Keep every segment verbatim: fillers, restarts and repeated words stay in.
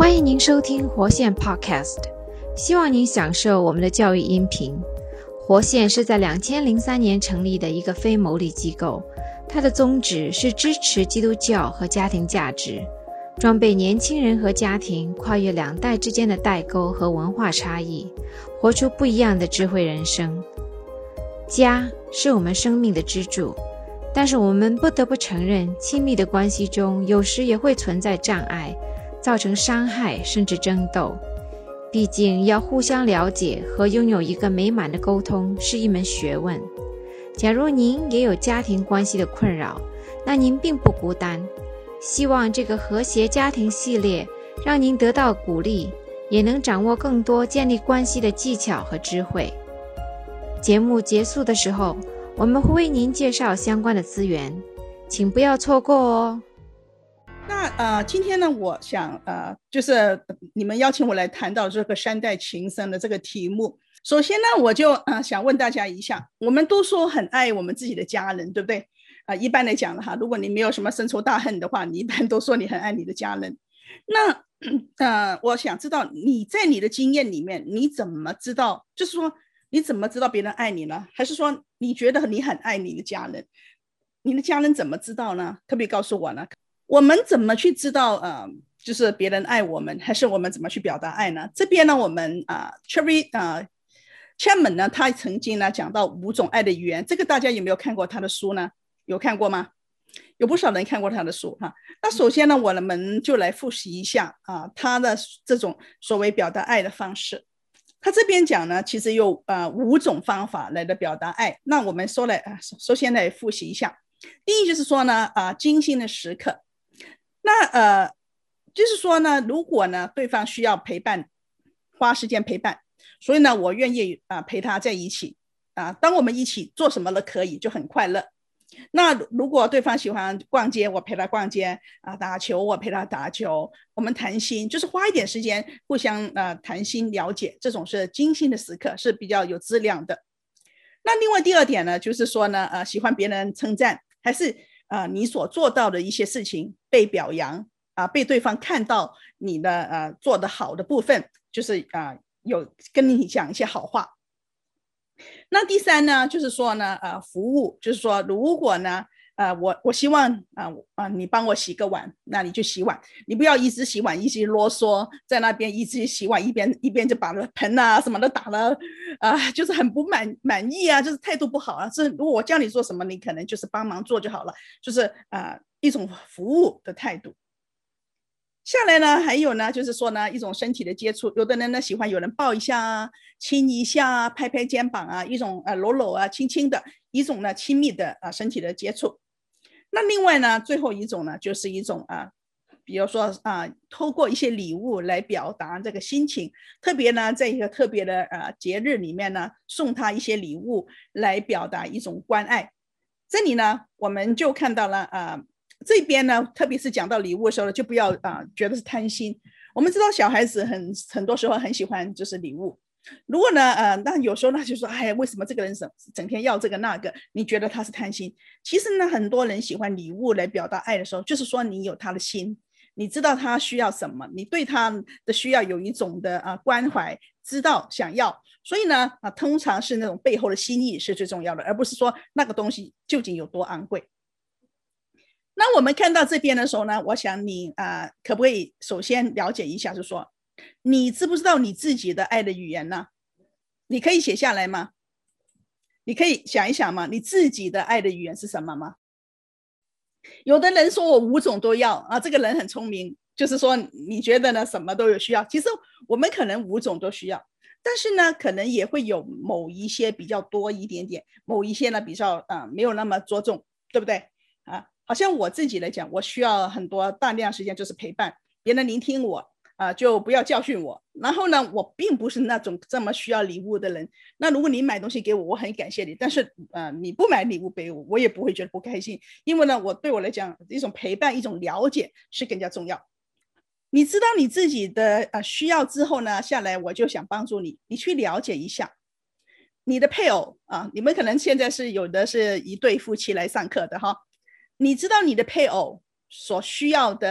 欢迎您收听活线 Podcast， 希望您享受我们的教育音频。活线是在二零零三年成立的一个非牟利机构，它的宗旨是支持基督教和家庭价值，装备年轻人和家庭跨越两代之间的代沟和文化差异，活出不一样的智慧人生。家是我们生命的支柱，但是我们不得不承认，亲密的关系中有时也会存在障碍，造成伤害甚至争斗。毕竟要互相了解和拥有一个美满的沟通是一门学问。假如您也有家庭关系的困扰，那您并不孤单。希望这个和谐家庭系列让您得到鼓励，也能掌握更多建立关系的技巧和智慧。节目结束的时候，我们会为您介绍相关的资源，请不要错过哦。 那呃，今天呢，我想呃，就是你们邀请我来谈到这个三代情深的这个题目。首先呢，我就呃想问大家一下，我们都说很爱我们自己的家人，对不对？啊、呃，一般来讲的哈，如果你没有什么深仇大恨的话，你一般都说你很爱你的家人。那呃，我想知道你在你的经验里面，你怎么知道？就是说，你怎么知道别人爱你呢？还是说你觉得你很爱你的家人？你的家人怎么知道呢？可不可以告诉我呢？我们怎么去知道呃，就是别人爱我们，还是我们怎么去表达爱呢？这边呢，我们啊、呃、Cherry 啊、呃、Chapman 呢，他曾经呢讲到五种爱的语言，这个大家有没有看过他的书呢？有看过吗？有不少人看过他的书哈。那首先呢，我们就来复习一下啊、呃、他的这种所谓表达爱的方式。他这边讲呢，其实有呃五种方法来的表达爱。那我们说来啊，首先来复习一下。第一就是说呢，啊、呃、精心的时刻。那呃，就是说呢，如果呢对方需要陪伴，花时间陪伴，所以呢，我愿意啊、呃、陪他在一起啊、呃。当我们一起做什么都可以，就很快乐。那如果对方喜欢逛街，我陪他逛街啊、呃；打球，我陪他打球。我们谈心，就是花一点时间互相呃谈心了解，这种是精心的时刻，是比较有质量的。那另外第二点呢，就是说呢，呃，喜欢别人称赞，还是呃，你所做到的一些事情被表扬啊、呃，被对方看到你的呃做得好的部分，就是啊、呃、有跟你讲一些好话。那第三呢，就是说呢，呃，服务，就是说如果呢，呃，我我希望啊啊、呃呃、你帮我洗个碗，那你就洗碗，你不要一直洗碗，一直啰嗦，在那边一直洗碗，一边一边就把盆啊什么的打了，啊、呃，就是很不满满意啊，就是态度不好啊。这如果我叫你做什么，你可能就是帮忙做就好了，就是啊、呃、一种服务的态度。下来呢，还有呢，就是说呢，一种身体的接触，有的人呢喜欢有人抱一下啊，亲一下啊，拍拍肩膀啊，一种呃搂搂啊，轻轻的一种呢亲密的啊、呃、身体的接触。那另外呢，最后一种呢，就是一种啊、呃，比如说啊、呃，透过一些礼物来表达这个心情，特别呢，在一个特别的呃节日里面呢，送他一些礼物来表达一种关爱。这里呢，我们就看到了啊。呃这边呢，特别是讲到礼物的时候，就不要啊、呃、觉得是贪心。我们知道小孩子很很多时候很喜欢就是礼物，如果呢呃那有时候呢就说哎为什么这个人整整天要这个那个，你觉得他是贪心？其实呢很多人喜欢礼物来表达爱的时候，就是说你有他的心，你知道他需要什么，你对他的需要有一种的啊、呃、关怀，知道想要，所以呢啊通常是那种背后的心意是最重要的，而不是说那个东西究竟有多昂贵。那我们看到这边的时候呢，我想你啊、呃，可不可以首先了解一下，就是说，你知不知道你自己的爱的语言呢？你可以写下来吗？你可以想一想吗？你自己的爱的语言是什么吗？有的人说我五种都要啊，这个人很聪明，就是说你觉得呢什么都有需要，其实我们可能五种都需要，但是呢可能也会有某一些比较多一点点，某一些呢比较啊、呃、没有那么着重，对不对啊？好像我自己来讲，我需要很多大量时间就是陪伴别人，聆听我啊、呃，就不要教训我。然后呢，我并不是那种这么需要礼物的人。那如果你买东西给我，我很感谢你，但是呃，你不买礼物给我，我也不会觉得不开心，因为呢，我对我来讲，一种陪伴，一种了解是更加重要。你知道你自己的呃需要之后呢，下来我就想帮助你，你去了解一下你的配偶啊，你们可能现在是有的是一对夫妻来上课的哈。你知道你的配偶所需要的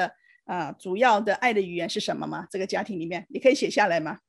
啊，主要的爱的语言是什么吗？这个家庭里面，你可以写下来吗？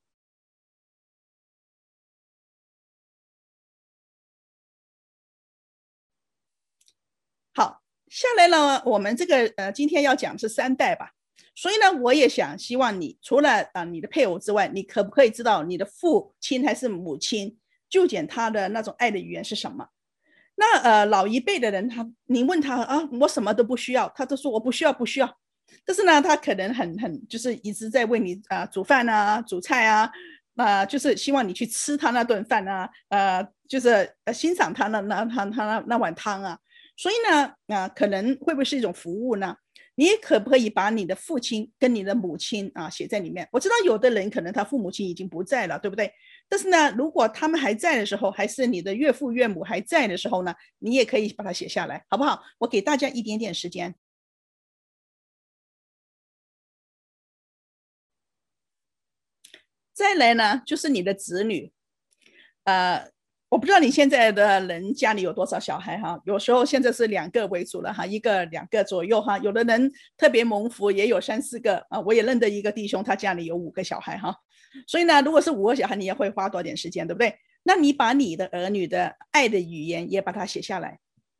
好，下来了，我们这个呃，今天要讲是三代吧，所以呢，我也想希望你除了啊、呃、你的配偶之外，你可不可以知道你的父亲还是母亲，究竟他的那种爱的语言是什么？那呃，老一辈的人，他你问他啊，我什么都不需要，他都说我不需要，不需要。但是呢，他可能很很就是一直在为你啊、呃、煮饭啊、煮菜啊，啊、呃，就是希望你去吃他那顿饭啊，呃，就是呃欣赏他那那他他那那碗汤啊。所以呢，啊、呃，可能会不会是一种服务呢？你可不可以把你的父亲跟你的母亲啊写在里面？我知道有的人可能他父母亲已经不在了，对不对？但是呢，如果他们还在的时候，还是你的岳父岳母还在的时候呢，你也可以把它写下来，好不好？我给大家一点点时间。再来呢，就是你的子女，呃，我不知道你现在的人家里有多少小孩哈，有时候现在是两个为主了哈，一个两个左右哈，有的人特别蒙福也有三四个啊，我也认得一个弟兄，他家里有五个小孩哈，所以呢，如果是五个小孩，你也会花多点时间，对不对？那你把你的儿女的爱的语言也把它写下来。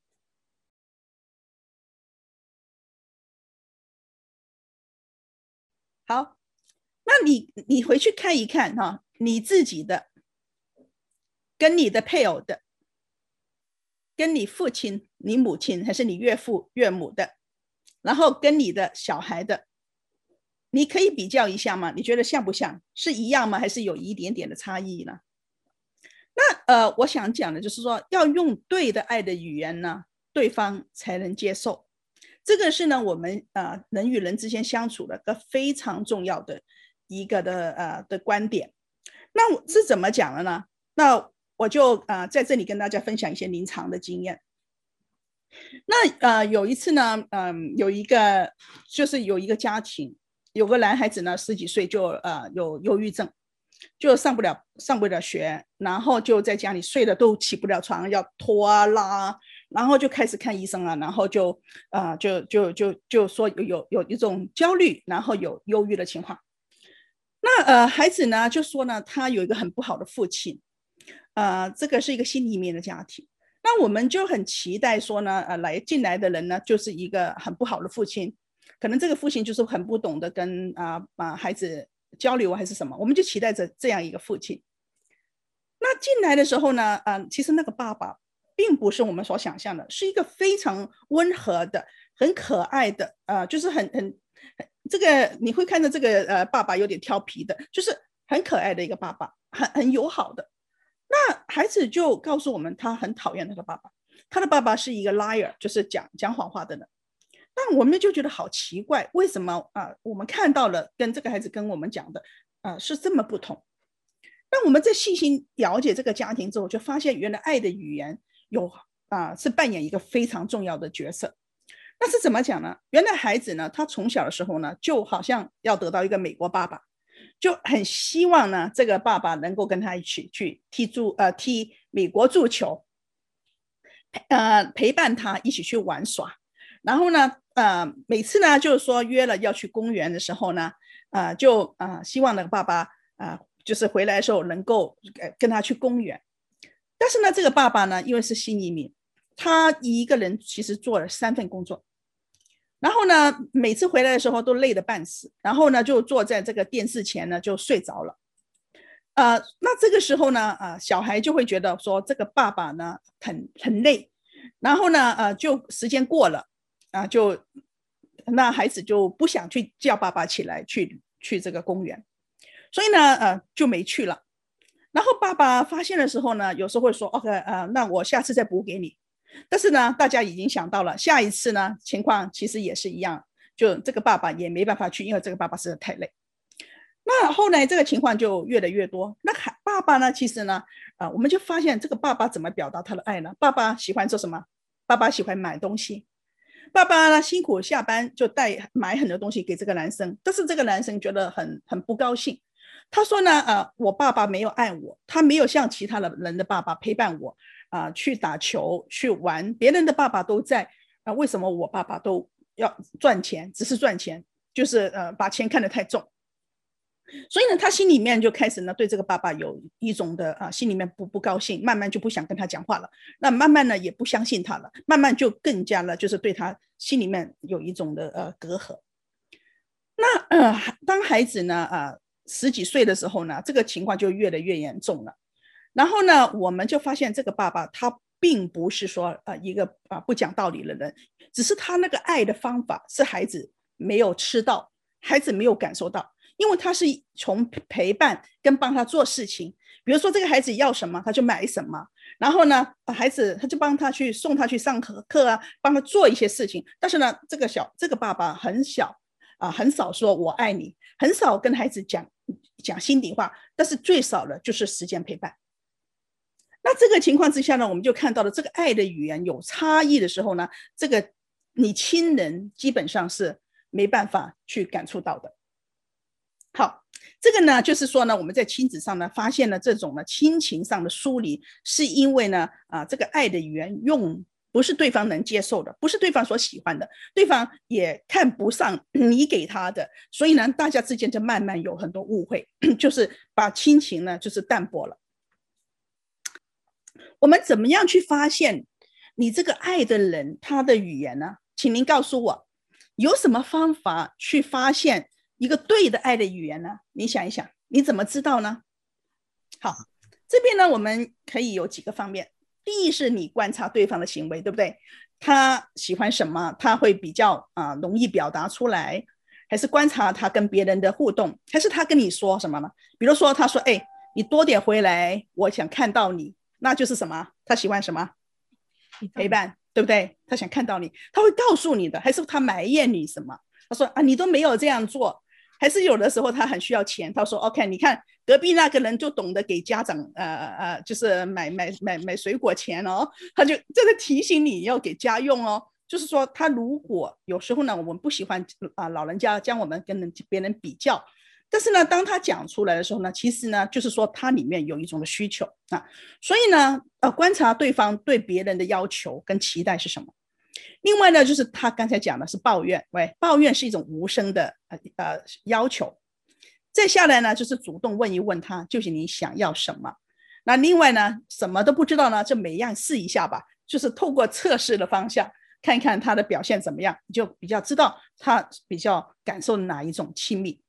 好，那你你回去看一看哈，你自己的跟你的配偶的，跟你父亲、你母亲还是你岳父岳母的，然后跟你的小孩的，你可以比较一下吗？你觉得像不像？是一样吗？还是有一点点的差异呢？那呃，我想讲的就是说，要用对的爱的语言呢，对方才能接受。这个是呢，我们呃人与人之间相处的个非常重要的一个的呃的观点。那我是怎么讲的呢？那我就呃在这里跟大家分享一些临床的经验。那呃有一次呢，嗯、呃，有一个就是有一个家庭，有个男孩子呢，十几岁就呃有忧郁症，就上不了上不了学，然后就在家里睡了都起不了床，要拖啊拉，然后就开始看医生了，然后就呃就就就就说有有有一种焦虑，然后有忧郁的情况。那呃孩子呢就说呢，他有一个很不好的父亲，呃，这个是一个新移民的家庭。那我们就很期待说呢，呃，来进来的人呢，就是一个很不好的父亲，可能这个父亲就是很不懂得跟啊啊、呃、孩子交流还是什么，我们就期待着这样一个父亲。那进来的时候呢，呃，其实那个爸爸并不是我们所想象的，是一个非常温和的、很可爱的，呃，就是很很这个你会看到这个呃爸爸有点调皮的，就是很可爱的一个爸爸，很很友好的。那孩子就告诉我们，他很讨厌他的爸爸，他的爸爸是一个 liar，就是讲讲谎话的人。但我们就觉得好奇怪，为什么啊、呃？我们看到了跟这个孩子跟我们讲的啊、呃、是这么不同。那我们在细心了解这个家庭之后，就发现原来爱的语言有啊、呃、是扮演一个非常重要的角色。那是怎么讲呢？原来孩子呢，他从小的时候呢，就好像要得到一个美国爸爸，就很希望呢，这个爸爸能够跟他一起去踢足呃踢美国足球，呃陪伴他一起去玩耍。然后呢，呃每次呢就是说约了要去公园的时候呢，呃就呃希望那个爸爸啊、呃、就是回来的时候能够跟他去公园。但是呢，这个爸爸呢，因为是新移民，他一个人其实做了三份工作。然后呢，每次回来的时候都累得半死，然后呢，就坐在这个电视前呢就睡着了。呃，那这个时候呢，呃，小孩就会觉得说这个爸爸呢很很累，然后呢，呃，就时间过了，啊、呃，就那孩子就不想去叫爸爸起来去去这个公园，所以呢，呃，就没去了。然后爸爸发现的时候呢，有时候会说 ，OK， 呃，那我下次再补给你。但是呢，大家已经想到了下一次呢，情况其实也是一样，就这个爸爸也没办法去，因为这个爸爸实在太累。那后来这个情况就越来越多。那爸爸呢，其实呢，啊、呃，我们就发现这个爸爸怎么表达他的爱呢？爸爸喜欢做什么？爸爸喜欢买东西。爸爸呢辛苦下班就带买很多东西给这个男生，但是这个男生觉得很很不高兴。他说呢，呃，我爸爸没有爱我，他没有像其他的人的爸爸陪伴我啊、呃，去打球去玩，别人的爸爸都在啊、呃，为什么我爸爸都要赚钱，只是赚钱， 就是呃把钱看得太重。所以呢，他心里面就开始呢对这个爸爸有一种的啊、呃，心里面不不高兴，慢慢就不想跟他讲话了。那慢慢呢也不相信他了，慢慢就更加了，就是对他心里面有一种的呃隔阂。那呃，当孩子呢呃十几岁的时候呢，这个情况就越来越严重了。然后呢，我们就发现这个爸爸他并不是说呃一个啊、呃、不讲道理的人，只是他那个爱的方法是孩子没有吃到，孩子没有感受到。因为他是从陪伴跟帮他做事情，比如说这个孩子要什么他就买什么，然后呢孩子他就帮他去送他去上课啊，帮他做一些事情。但是呢这个小这个爸爸很小啊，很少说我爱你，很少跟孩子讲讲心底话，但是最少的就是时间陪伴。那这个情况之下呢，我们就看到了这个爱的语言有差异的时候呢，这个你亲人基本上是没办法去感触到的。好，这个呢就是说呢，我们在亲子上呢发现了这种呢亲情上的疏离，是因为呢啊这个爱的语言用不是对方能接受的，不是对方所喜欢的，对方也看不上你给他的，所以呢大家之间就慢慢有很多误会，就是把亲情呢就是淡薄了。我们怎么样去发现你这个爱的人他的语言呢？请您告诉我，有什么方法去发现一个对的爱的语言呢？你想一想，你怎么知道呢？好，这边呢我们可以有几个方面。第一是你观察对方的行为，对不对？他喜欢什么，他会比较、呃、容易表达出来，还是观察他跟别人的互动，还是他跟你说什么呢？比如说他说哎，你多点回来，我想看到你，那就是什么？他喜欢什么？陪伴，对不对？他想看到你，他会告诉你的。还是他埋怨你什么？他说啊，你都没有这样做。还是有的时候他很需要钱，他说 OK， 你看隔壁那个人就懂得给家长呃呃，就是买买买买水果钱哦，他就这个提醒你要给家用哦。就是说他如果有时候呢，我们不喜欢啊、呃、老人家将我们跟人别人比较，但是呢当他讲出来的时候呢，其实呢就是说他里面有一种的需求啊。所以呢呃观察对方对别人的要求跟期待是什么。另外呢就是他刚才讲的是抱怨，喂，抱怨是一种无声的呃要求。再下来呢就是主动问一问他究竟你想要什么。那另外呢什么都不知道呢，就每样试一下吧，就是透过测试的方向看看他的表现怎么样，你就比较知道他比较感受哪一种亲密。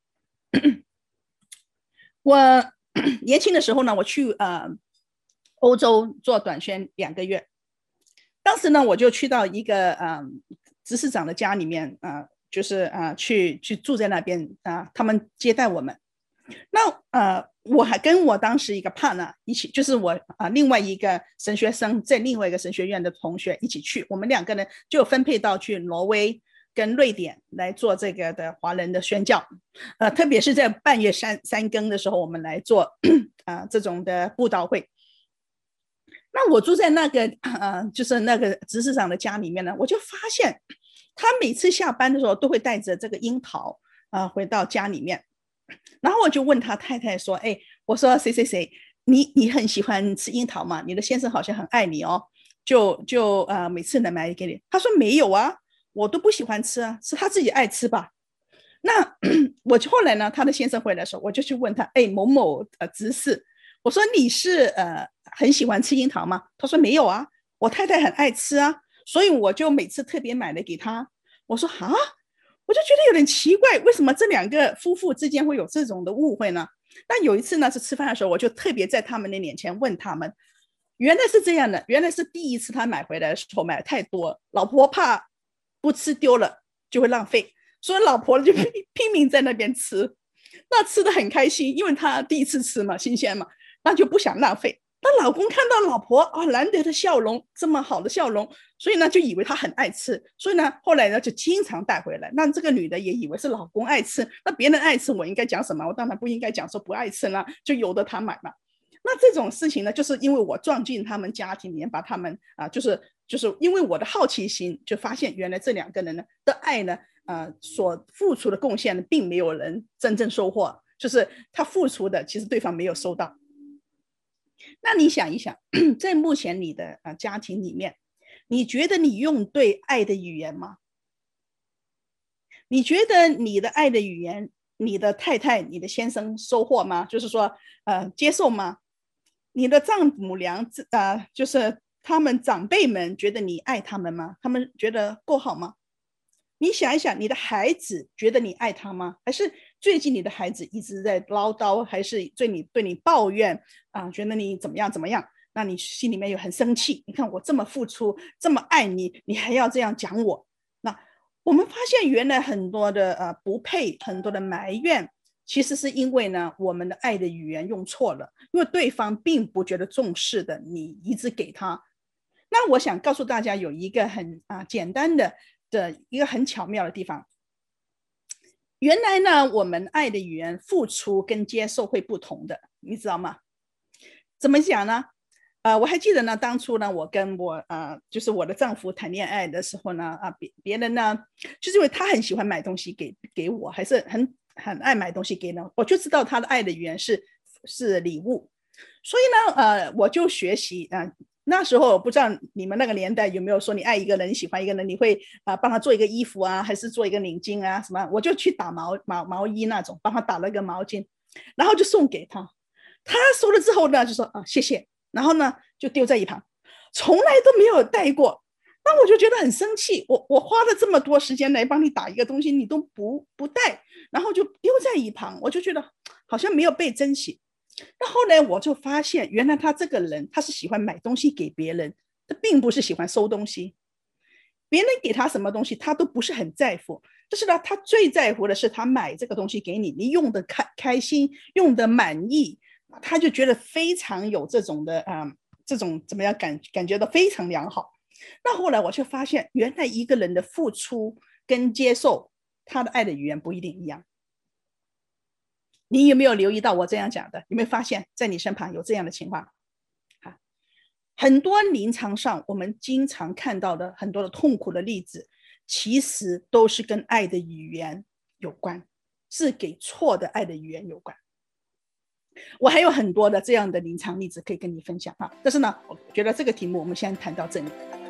我年轻的时候呢，我去呃欧洲做短宣两个月，当时呢我就去到一个呃执事长的家里面啊、呃，就是啊、呃、去去住在那边啊、呃，他们接待我们。那呃我还跟我当时一个 partner 一起，就是我啊、呃、另外一个神学生在另外一个神学院的同学一起去，我们两个人就分配到去挪威跟瑞典来做这个的华人的宣教，呃，特别是在半夜三三更的时候，我们来做啊、呃、这种的布道会。那我住在那个呃，就是那个执事长的家里面呢，我就发现他每次下班的时候都会带着这个樱桃啊、呃、回到家里面，然后我就问他太太说，哎，我说谁谁谁，你你很喜欢吃樱桃吗？你的先生好像很爱你哦，就就呃每次能买给你。他说没有啊，我都不喜欢吃啊，是他自己爱吃吧。那我后来呢，他的先生回来的时候，我就去问他，哎，某某呃执事，我说你是呃很喜欢吃樱桃吗？他说没有啊，我太太很爱吃啊，所以我就每次特别买了给他。我说啊，我就觉得有点奇怪，为什么这两个夫妇之间会有这种的误会呢？那有一次呢是吃饭的时候，我就特别在他们的脸前问他们，原来是这样的，原来是第一次他买回来的时候买太多，老婆怕不吃丢了就会浪费，所以老婆就拼命在那边吃，那吃得很开心，因为他第一次吃嘛，新鲜嘛，那就不想浪费。那老公看到老婆啊、哦、难得的笑容，这么好的笑容，所以呢就以为她很爱吃，所以呢后来呢就经常带回来。那这个女的也以为是老公爱吃，那别人爱吃我应该讲什么？我当然不应该讲说不爱吃了，就由得他买嘛。那这种事情呢，就是因为我撞进他们家庭里面，把他们啊、呃，就是就是因为我的好奇心，就发现原来这两个人呢的爱呢，呃，所付出的贡献呢，并没有人真正收获，就是他付出的，其实对方没有收到。那你想一想，在目前你的、呃、家庭里面，你觉得你用对爱的语言吗？ 你觉得你的爱的语言，你的太太、你的先生收获吗？就是说，呃，接受吗？你的丈母娘，呃，就是他们长辈们觉得你爱他们吗？他们觉得够好吗？你想一想，你的孩子觉得你爱他吗？还是最近你的孩子一直在唠叨，还是对你对你抱怨啊、呃，觉得你怎么样怎么样？那你心里面又很生气。你看我这么付出，这么爱你，你还要这样讲我？那我们发现原来很多的呃不配，很多的埋怨，其实是因为呢，我们的爱的语言用错了，因为对方并不觉得重视的，你一直给他。那我想告诉大家有一个很啊、呃、简单的。的一个很巧妙的地方，原来呢，我们爱的语言付出跟接受会不同的，你知道吗？怎么讲呢？呃，我还记得呢，当初呢，我跟我呃，就是我的丈夫谈恋爱的时候呢，啊，别别人呢，就是因为他很喜欢买东西给给我，还是很很爱买东西给呢，我就知道他的爱的语言是是礼物，所以呢，呃，我就学习啊。呃那时候我不知道你们那个年代有没有说你爱一个人，你喜欢一个人，你会啊、呃、帮他做一个衣服啊，还是做一个领巾啊什么？我就去打毛毛毛衣那种，帮他打了个毛巾，然后就送给他。他收了之后呢，就说啊谢谢，然后呢就丢在一旁，从来都没有带过。那我就觉得很生气，我我花了这么多时间来帮你打一个东西，你都不不带，然后就丢在一旁，我就觉得好像没有被珍惜。那后来我就发现，原来他这个人他是喜欢买东西给别人，他并不是喜欢收东西。别人给他什么东西他都不是很在乎，就是呢，他最在乎的是他买这个东西给你，你用的开开心，用的满意，他就觉得非常有这种的啊、呃，这种怎么样感感觉到非常良好。那后来我就发现，原来一个人的付出跟接受，他的爱的语言不一定一样。你有没有留意到我这样讲的？有没有发现在你身旁有这样的情况？很多临床上我们经常看到的很多的痛苦的例子，其实都是跟爱的语言有关，是给错的爱的语言有关。我还有很多的这样的临床例子可以跟你分享啊，但是呢，我觉得这个题目我们先谈到这里。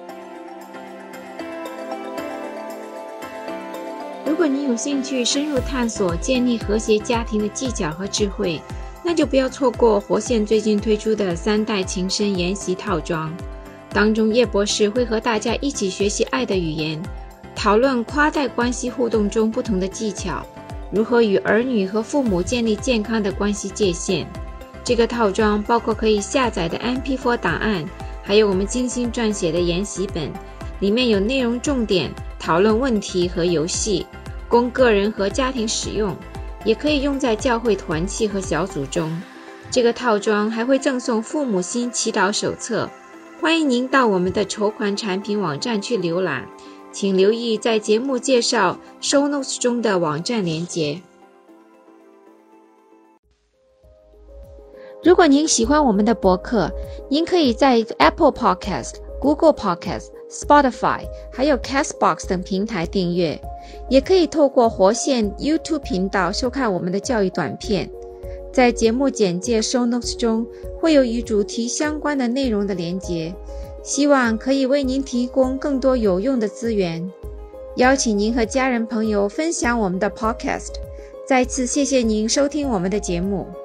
如果你有兴趣深入探索建立和谐家庭的技巧和智慧，那就不要错过活现最近推出的三代情深研习套装。当中叶博士会和大家一起学习爱的语言，讨论跨代关系互动中不同的技巧，如何与儿女和父母建立健康的关系界限。这个套装包括可以下载的 M P 四 档案，还有我们精心撰写的研习本，里面有内容重点、讨论问题和游戏，供个人和家庭使用，也可以用在教会团契和小组中。这个套装还会赠送父母心祈祷手册，欢迎您到我们的筹款产品网站去浏览，请留意在节目介绍 show notes 中的网站连结。如果您喜欢我们的博客，您可以在 Apple Podcast、Google Podcast、Spotify 还有 Castbox 等平台订阅，也可以透过活现 YouTube 频道收看我们的教育短片。在节目简介 show notes 中会有与主题相关的内容的连结，希望可以为您提供更多有用的资源。邀请您和家人朋友分享我们的 podcast。再次谢谢您收听我们的节目。